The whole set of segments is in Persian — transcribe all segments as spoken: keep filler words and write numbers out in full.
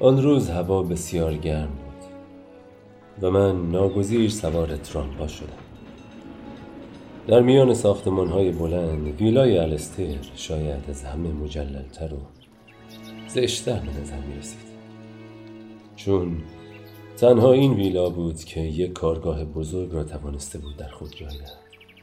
آن روز هوا بسیار گرم بود و من ناگزیر سوار تراموا شدم. در میان ساختمان‌های بلند ویلای الستر شاید از همه مجلل‌تر و زشت‌تر به نظر می‌رسید، چون تنها این ویلا بود که یک کارگاه بزرگ را توانسته بود در خود جای دهد.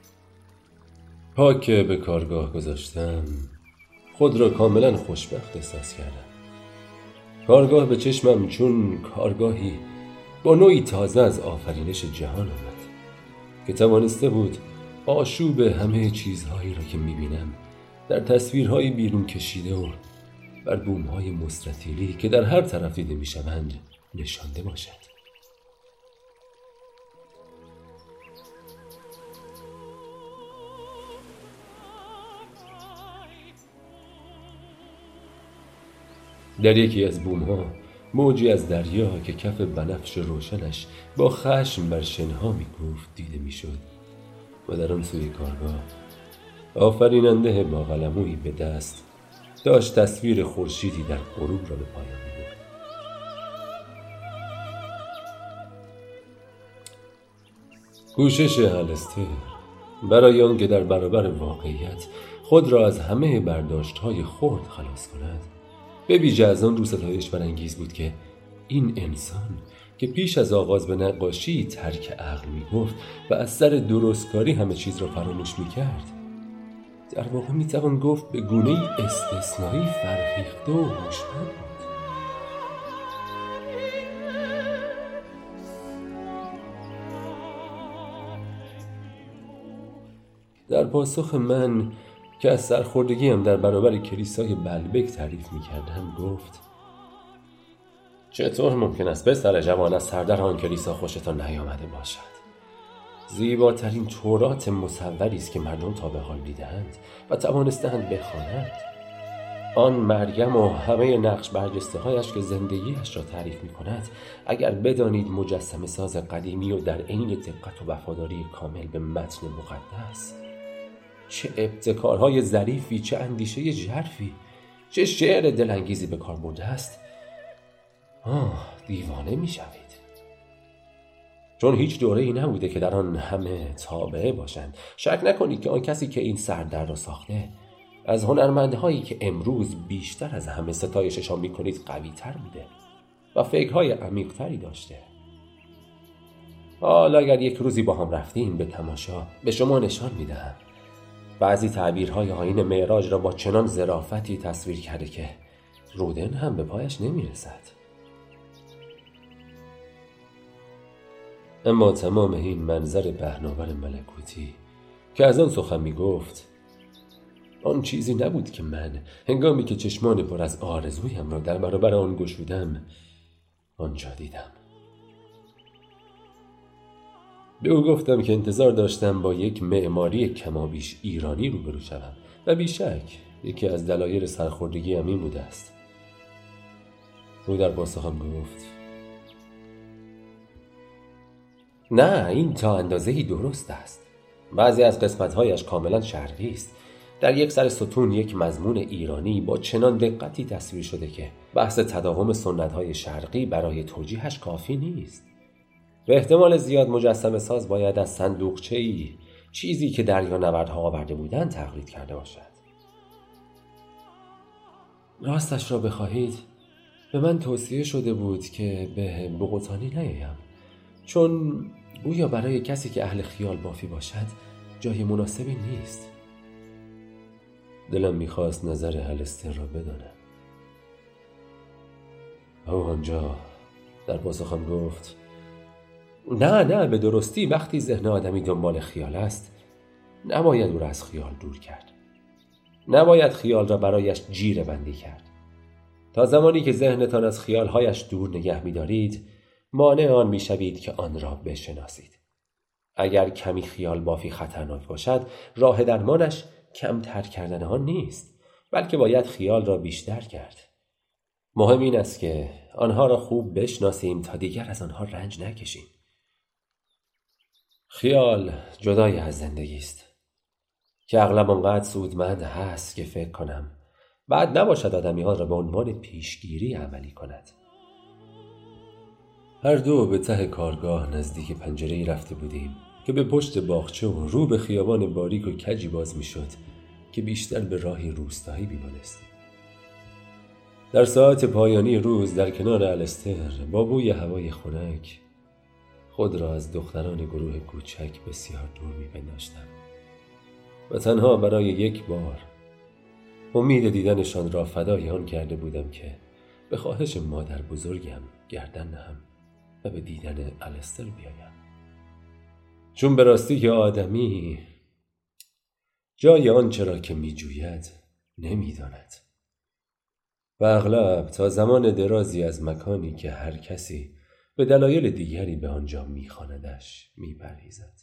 پا که به کارگاه گذاشتم خود را کاملا خوشبخت احساس کردم. کارگاه به چشمم چون کارگاهی با نوعی تازه از آفرینش جهان آمد که توانسته بود آشوب همه چیزهایی را که میبینم در تصویرهای بیرون کشیده و بر بومهای مستطیلی که در هر طرف دیده میشوند نشانده باشد. در یکی از بومها موجی از دریا که کف بنفش روشنش با خشم بر شنها می‌کوفت دیده می‌شد و در آن سوی کارگاه آفریننده با قلمویی به دست داشت تصویر خورشیدی در غروب را به پایان می‌برد. کوشش الستر برای آنکه در برابر واقعیت خود را از همه برداشت‌های خرد خلاص کند به ویژه از آن رو ستایش برانگیز بود که این انسان که پیش از آغاز به نقاشی ترک عقل می گفت و از سر درستکاری همه چیز را فراموش می کرد، در واقع می توان گفت به گونه‌ای استثنایی فرهیخته و هوشمند بود. در پاسخ من که از سرخوردگیم در برابر کلیسای بلبک تعریف می کردم گفت: چطور ممکن است پسر جوان از سردر آن کلیسا خوشتان نیامده باشد؟ زیباترین تورات مصوری است که مردم تا به حال دیدند و توانستند بخوانند. آن مریم و همه نقش برجسته هایش که زندگیش را تعریف می کند، اگر بدانید مجسمه ساز قدیمی و در عین دقت و وفاداری کامل به متن مقدس، چه ابتکارهای ظریفی، چه اندیشه ژرفی، چه شعر دلانگیزی به کار برده است. آه دیوانه می شوید. چون هیچ دوره‌ای نبوده که در آن همه تابعه باشند. شک نکنید که آن کسی که این سردر را ساخته از هنرمندهایی که امروز بیشتر از همه ستایششان می کنید قوی تر بوده و فکرهای عمیق تری داشته. حالا اگر یک روزی با هم رفتیم به تماشا به شما نشان می دهم. بعضی تعبیرهای آیین معراج را با چنان ظرافتی تصویر کرده که رودن هم به پایش نمی رسد. اما تمام این منظر پهناور ملکوتی که از آن سخن می گفت آن چیزی نبود که من هنگامی که چشمان پر از آرزویم را در برابر آن گشودم آنجا دیدم. به او گفتم که انتظار داشتم با یک معماری کمابیش ایرانی روبرو شوم و بیشک یکی از دلایل سرخوردگی هم این بوده است. او در پاسخم گفت: نه، این تا اندازه‌ای درست است. بعضی از قسمت‌هایش کاملا شرقی است. در یک سر ستون یک مضمون ایرانی با چنان دقتی تصویر شده که بحث تداوم سنت‌های شرقی برای توجیهش کافی نیست. به احتمال زیاد مجسمه ساز باید از صندوقچه‌ای چیزی که دریانوردها آورده بودند تقلید کرده باشد. راستش را بخواهید به من توصیه شده بود که به بوقوتانی نیایم، چون گویا برای کسی که اهل خیال بافی باشد جای مناسبی نیست. دلم میخواست نظر الستر را بدانم. او آنجا در پاسخم گفت: نه نه به درستی وقتی ذهن آدمی دنبال خیال است نباید او را از خیال دور کرد. نباید خیال را برایش جیره بندی کرد. تا زمانی که ذهنتان از خیالهایش دور نگه می‌دارید مانع آن می‌شوید که آن را بشناسید. اگر کمی خیال بافی خطرناک باشد راه درمانش کمتر کردن آن نیست، بلکه باید خیال را بیشتر کرد. مهم این است که آنها را خوب بشناسیم تا دیگر از آنها رنج نکشیم. خیال جدای از زندگی است که اغلب آنقدر سودمند هست که فکر کنم بعد نباشد آدمی ها را به عنوان پیشگیری عملی کند. هر دو به ته کارگاه نزدیک پنجره‌ای رفته بودیم که به پشت باغچه و رو به خیابان باریک و کجی باز می‌شد که بیشتر به راهی روستایی می‌مانست. در ساعت پایانی روز در کنار الستر با بوی هوای خنک خود را از دختران گروه کوچک بسیار دور می‌پنداشتم و تنها برای یک بار امید دیدنشان را فدای آن کرده بودم که به خواهش مادر بزرگم گردن نهم و به دیدن الستر بیایم، چون به راستی که آدمی جای آنچه را که می‌جوید نمی‌داند و اغلب تا زمان درازی از مکانی که هر کسی به دلایل دیگری به آنجا می‌خواندش می‌پرهیزد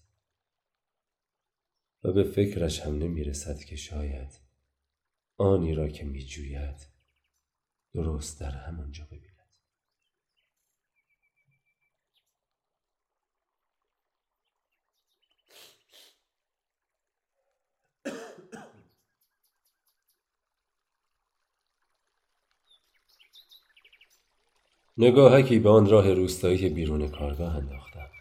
و به فکرش هم نمی‌رسد که شاید آنی را که می‌جوید درست در همانجا ببیند. نگاهکی به آن راه روستایی بیرون کارگاه انداختم.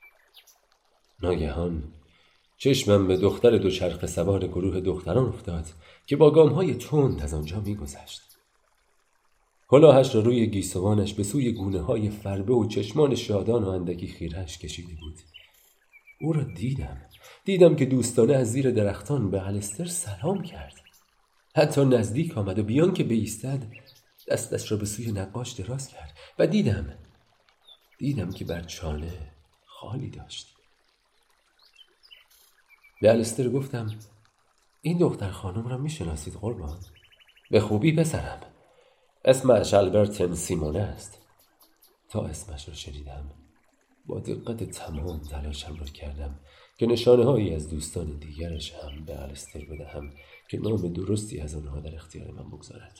ناگهان چشمم به دختر دوچرخه سوار گروه دختران افتاد که با گام‌های تند از آنجا می‌گذشت. کلاهش را روی گیسوانش به سوی گونه‌های فربه و چشمان شادان و اندکی خیره‌اش کشیده بود. او را دیدم. دیدم که دوستانه از زیر درختان به الستر سلام کرد. حتی نزدیک آمد و بیان که بایستد دستش را به سوی نقاش دراز کرد و دیدم دیدم که بر چانه خالی داشت. به الستر گفتم این دختر خانم را میشناسید قربان؟ به خوبی پسرم. اسمش البرتن سیمونه است. تا اسمش را شنیدم با دقت تمام تلاشم را کردم که نشانه هایی از دوستان دیگرش هم به الستر بدهم که نام درستی از آنها در اختیار من بگذارد.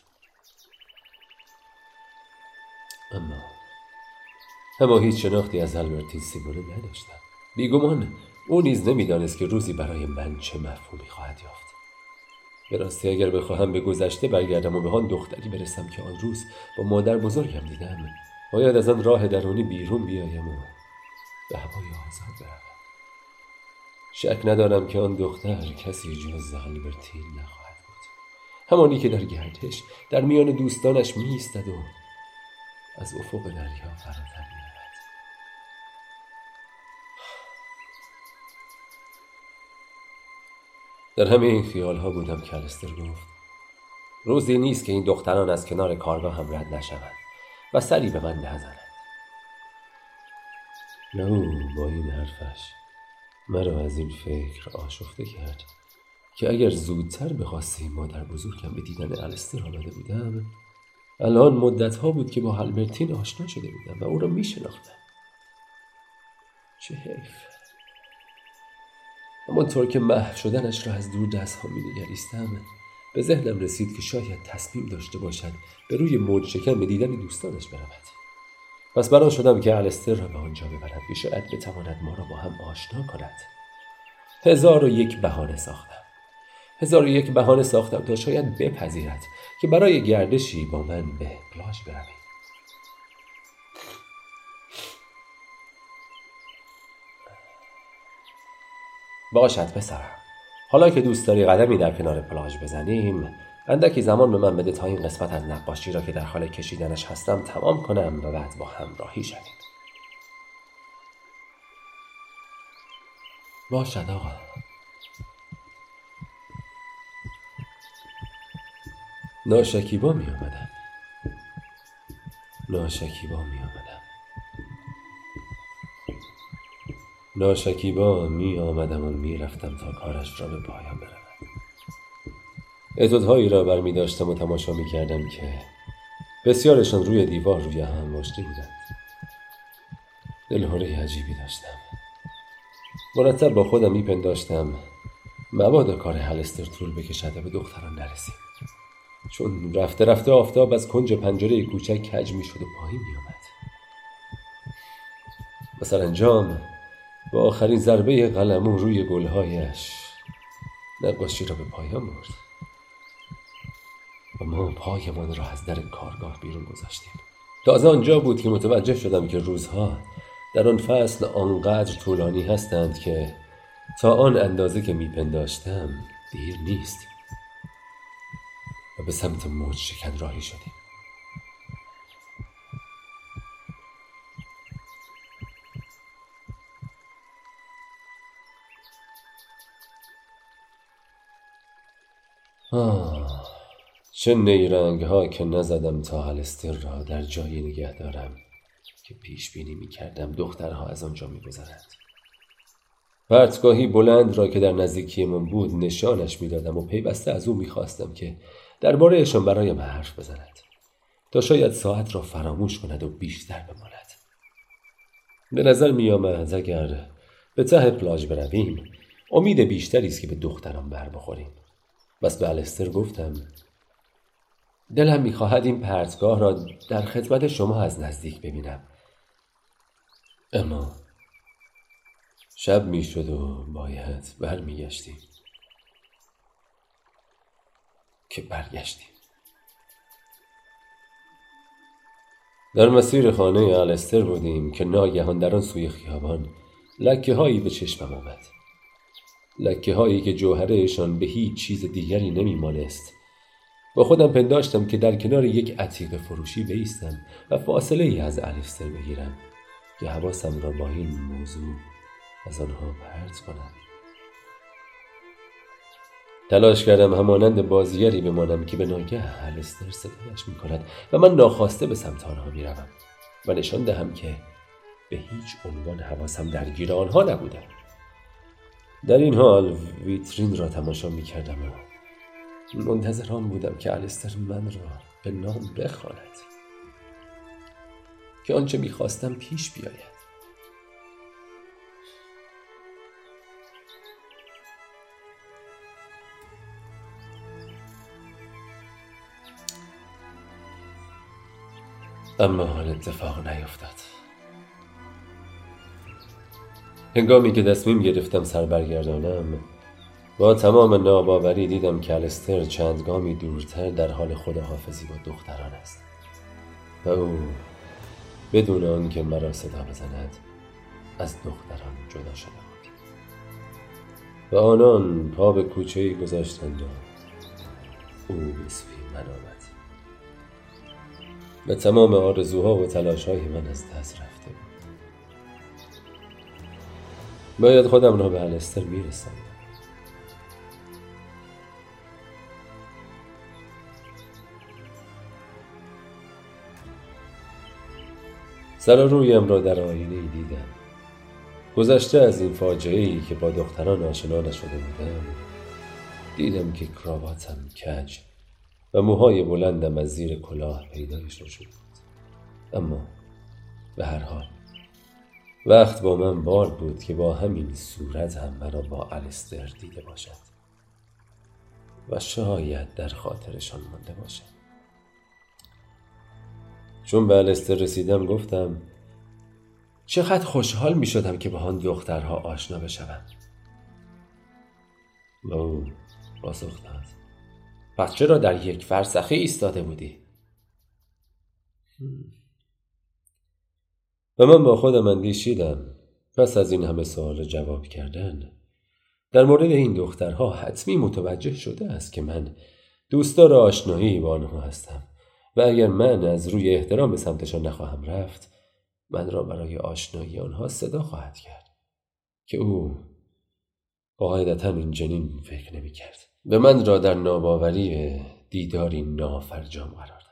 اما اما هیچ شناختی از البرتین سیمونه نداشتم. بیگمان او نیز نمیدانست که روزی برای من چه مفهومی خواهد یافت. به راستی اگر بخواهم به گذشته برگردم و به آن دختری برسم که آن روز با مادر بزرگم دیدم، باید از آن راه درونی بیرون بیایم و به هوای آزاد بروم. شک ندارم که آن دختر کسی جز البرتین نخواهد بود، همانی که در گردش در میان دوستانش می ایستد و از افق دریا فراتر می رود. در همه این خیال ها بودم که الستر گفت روزی نیست که این دختران از کنار کارگاه هم رد نشوند و سری به من نزنند. او با این حرفش مرا از این فکر آشفته کرد که اگر زودتر به خواسته مادر بزرگم به دیدن الستر آمده بودم، الان مدت ها بود که با البرتین آشنا شده بودم و او را می شناختم. چه حیف. همانطور که محو شدنش را از دور دست ها می نگریستم، به ذهنم رسید که شاید تصمیم داشته باشد به روی موج شکن به دیدن دوستانش برود. پس بران شدم که الستر را به آنجا ببرم که شاید بتواند ما را با هم آشنا کند. هزار و یک بهانه ساختم. هزار و یک بهانه ساختم تا شاید بپذیرد که برای گردشی با من به پلاژ برویم. باشد پسرم. حالا که دوست داری قدمی در کنار پلاژ بزنیم، اندکی زمان به من بده تا این قسمت از نقاشی را که در حال کشیدنش هستم تمام کنم و بعد با هم راهی شویم. باشد آقا. ناشکیبا می آمدم. ناشکیبا می آمدم. ناشکیبا می آمدم و می رفتم تا کارش را به پایان برود. اتودهایی را برمی داشتم و تماشا می کردم که بسیارشان روی دیوار روی هم انباشته بودند. دلهره عجیبی داشتم. مرتب با خودم می پنداشتم مبادا کار الستر طول بکشد و به دختران نرسیم، چون رفته رفته آفتاب از کنج پنجره کوچک کج می شد و پایین می آمد. و سرانجام با آخرین ضربه قلمو روی گلهایش نقاشی را به پایان برد و ما پایمان را از در کارگاه بیرون گذاشتیم. تازه آنجا بود که متوجه شدم که روزها در آن فصل آنقدر طولانی هستند که تا آن اندازه که میپنداشتم دیر نیست و به سمت موج شکن راهی شدیم. آه، چه نیرنگ ها که نزدم تا الستر را در جایی نگه دارم که پیش بینی می کردم دخترها از آنجا می گذرند. پرتگاهی بلند را که در نزدیکی من بود نشانش می دادم و پیوسته از او می خواستم که درباره‌شان برایم حرف بزند تا شاید ساعت را فراموش کند و بیشتر بماند. به نظر می آمد اگر به ته پلاژ برویم امید بیشتری است که به دختران بر بخوریم. بس به الستر گفتم دلم می‌خواهد این پرتگاه را در خدمت شما از نزدیک ببینم، اما شب می‌شد و باید برمیگشتیم که برگشتیم. در مسیر خانه الستر بودیم که ناگهان در آن سوی خیابان لکه هایی به چشمم آمد. لکه هایی که جوهرهشان به هیچ چیز دیگری نمی مانست. با خودم پنداشتم که در کنار یک عتیق فروشی بایستم و فاصله ای از الستر بگیرم که حواسم را با این موضوع از آنها پرت کنم. تلاش کردم همانند بازیگری بمانم که به ناگه الستر صدایش می کند و من ناخواسته به سمت آنها می روم و نشان دهم که به هیچ عنوان حواسم درگیر آنها نبودم. در این حال ویترین را تماشا می کردم و منتظر آن بودم که الستر من را به نام بخواند، که آنچه می خواستم پیش بیاید. اما آن اتفاق نیفتاد. هنگامی که تصمیم گرفتم سر برگردانم با تمام ناباوری دیدم که الستر چند گامی دورتر در حال خداحافظی با دختران است و او بدون آنکه مرا صدا بزند از دختران جدا شده بود و آنان پا به کوچه‌ای گذاشتند و او به سوی من آمد و تمام آرزوها و تلاش‌های من از دست رفته بود. باید خودم را به الستر میرساندم. سر رویم را در آینه دیدم. گذشته از این فاجعه‌ای که با دختران آشنا نشده بودم، دیدم که کراواتم کج و موهای بلندم از زیر کلاه پیدایش شده بود. اما به هر حال وقت با من بار بود که با همین صورت هم مرا با الستر دیده باشد و شاید در خاطرشان مانده باشد. چون به الستر رسیدم گفتم چقدر خوشحال می شدم که با آن دخترها آشنا بشوم. و او پاسخ داد پس چرا در یک فرسخی ایستاده بودی؟ و من با خودم اندیشیدم پس از این همه سوال جواب کردن در مورد این دخترها حتمی متوجه شده است که من دوستدار آشنایی با آنها هستم و اگر من از روی احترام به سمتشان نخواهم رفت من را برای آشنایی آنها صدا خواهد کرد که او قاعدتاً این جنین فکر نمی کرد. به من را در ناباوری دیداری نافرجام قرار داد.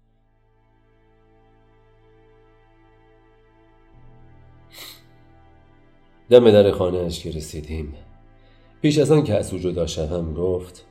دم در خانه اش که رسیدیم پیش از آن که از او جدا شوم گفت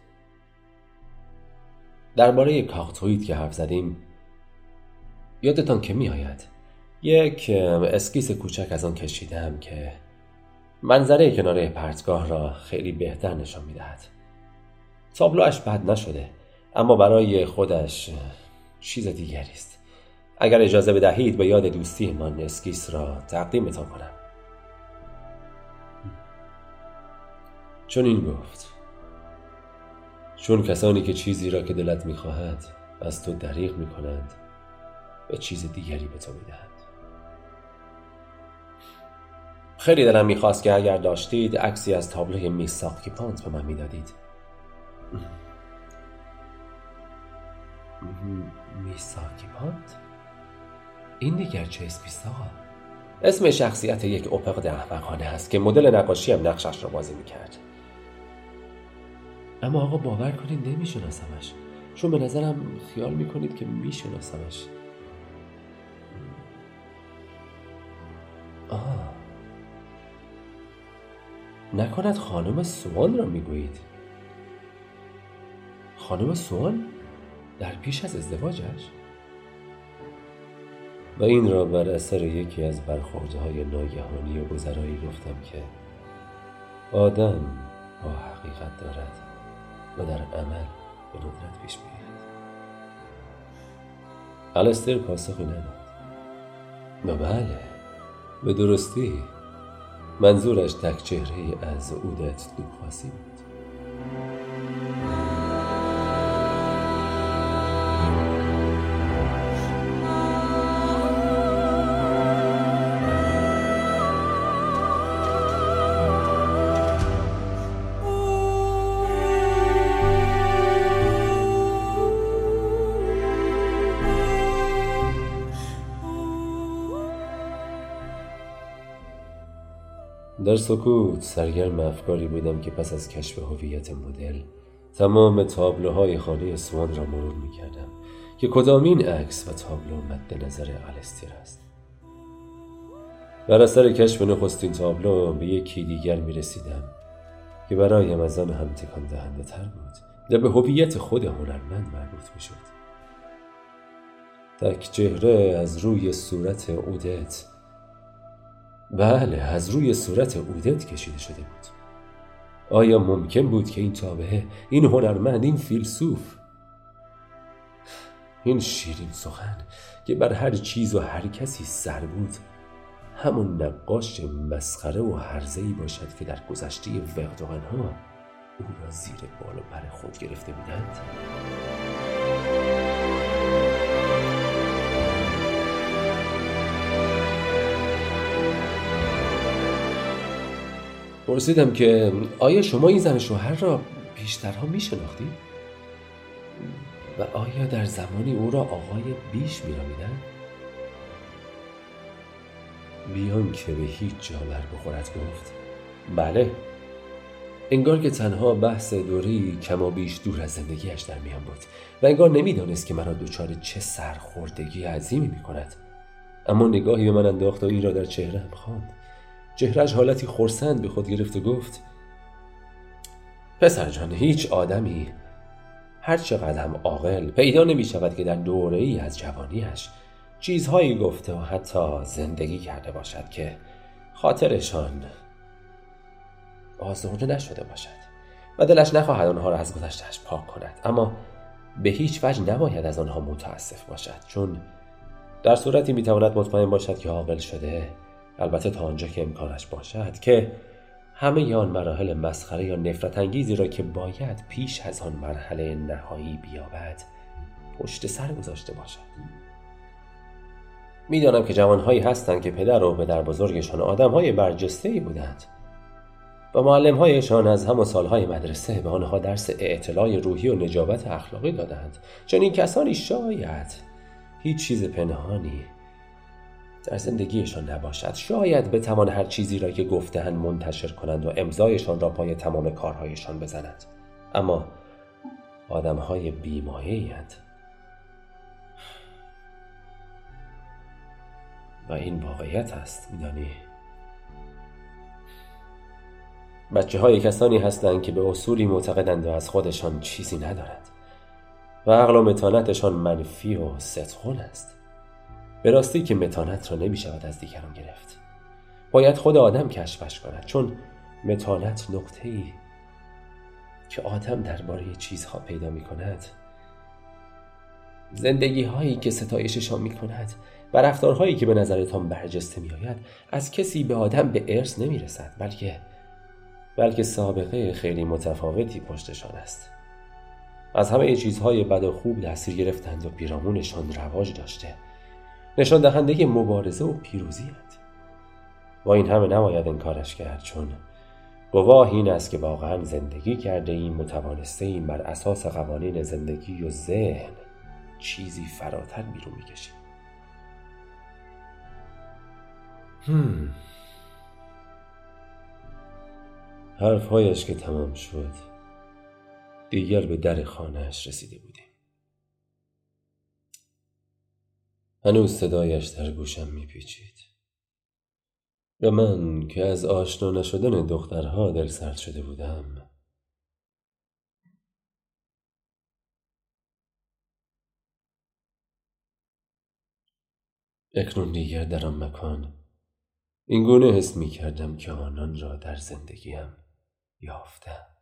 درباره کاختویت که حرف زدیم یادتان که می آید یک اسکیس کوچک از آن کشیدم که منظره کناره پرتگاه را خیلی بهتر نشان می دهد. تابلوش بد نشده اما برای خودش چیز دیگری است. اگر اجازه بدهید به یاد دوستی من اسکیس را تقدیمتان کنم. چون این گفت چون کسانی که چیزی را که دلت می‌خواهد از تو دریغ می‌کنند به چیز دیگری به تو میدهند. خیلی دلم میخواست که اگر داشتید عکسی از تابلوی میس ساقیپانت به من میدادید. میس ساقیپانت؟ این دیگر چه اسمیست آقا؟ اسم شخصیت یک اپقد احمقانه است که مدل نقاشی هم نقشش را بازی میکرد. اما آقا باور کنید نمیشناسمش، چون به نظرم خیال میکنید که میشناسمش. آه نکند خانم سوان را میگویید؟ خانم سوان در پیش از ازدواجش؟ و این را بر اثر یکی از برخوردهای ناگهانی و گذرایی گفتم که آدم با حقیقت دارد و در عمل به ندرت پیش می‌آید. آلستر پاسخی نداد. و بله، به درستی منظورش تک چهره از اودت دوخواسی بود. در سکوت سرگرم افکاری بودم که پس از کشف هویت مدل تمام تابلوهای خانه سوان را مرور می کردم که کدامین عکس و تابلو مد نظر آلستر است. بر اثر کشف نخستین تابلو به یکی دیگر می رسیدم که برایم از آن هم تکان دهنده تر بود و به هویت خود هنرمند مربوط می شد. تک چهره از روی صورت اودت، بله از روی صورت اودت کشیده شده بود. آیا ممکن بود که این تابعه، این هنرمند، این فیلسوف، این شیرین سخن که بر هر چیز و هر کسی سر بود، همون نقاش مسخره و هرزه‌ای باشد که در گذشته وقدقنها او را زیر بال و پر خود گرفته بودند؟ پرسیدم که آیا شما این زن شوهر را پیشترها می شناختید؟ و آیا در زمانی او را آقای بیش می رامیدند؟ بیان که به هیچ جا بر بخورد گفت بله. انگار که تنها بحث دوره‌ای کم و بیش دور از زندگیش در میان بود و انگار نمیدانست که مرا دچار چه سرخوردگی عظیمی می کند. اما نگاهی به من انداخت و این را در چهره‌ام خواند. چهره‌اش حالتی خرسند به خود گرفت و گفت پسر جان، هیچ آدمی هر چقدر هم عاقل پیدا نمی شود که در دوره‌ای از جوانیش چیزهایی گفته و حتی زندگی کرده باشد که خاطرشان آزرده نشده باشد و دلش نخواهد آنها را از گذشته‌اش پاک کند، اما به هیچ وجه نباید از آنها متاسف باشد، چون در صورتی میتواند مطمئن باشد که عاقل شده، البته تا آنجا که امکانش باشد، که همه آن مراحل مسخره یا نفرت انگیزی را که باید پیش از آن مرحله نهایی بیابد پشت سر گذاشته باشد. میدانم که جوانهایی هستند که پدر و پدر بزرگشان آدمهای برجسته‌ای بودند و معلم‌هایشان از همون سالهای مدرسه به آنها درس اعتلاع روحی و نجابت اخلاقی دادند. چنین کسانی شاید هیچ چیز پنهانی در زندگیشان نباشد، شاید بتوان هر چیزی را که گفته‌اند منتشر کنند و امضایشان را پای تمام کارهایشان بزنند، اما آدم‌های بی‌مایه‌اند و این واقعیت است. می‌دانی بچه های کسانی هستند که به اصولی معتقدند و از خودشان چیزی ندارند و عقل و متانتشان منفی و ستخون است. به راستی که متانت را نمی شود از دیگران گرفت، باید خود آدم کشفش کند، چون متانت نقطه‌ای که آدم درباره چیزها پیدا می کند، زندگی هایی که ستایششان می کند و رفتارهایی که به نظرتان برجسته می آید از کسی به آدم به ارث نمی رسد، بلکه بلکه سابقه خیلی متفاوتی پشتشان است. از همه چیزهای بد و خوب دستگیر گرفتند و پیرامونشان رواج داشته نشان دهنده مبارزه و پیروزیت. با این همه نباید انکارش کرد، چون گواه این است که واقعا زندگی کرده ایم و توانسته ایم بر اساس قوانین زندگی و ذهن چیزی فراتر بیرون میکشیم. هم. حرفهایش که تمام شد، دیگر به در خانه‌اش رسیده بودیم. هنوز صدایش در گوشم میپیچید و من که از آشنا نشدن دخترها دلسرد شده بودم، اکنون دیگر در آن مکان این گونه حس می کردم که آنان را در زندگیم یافتم.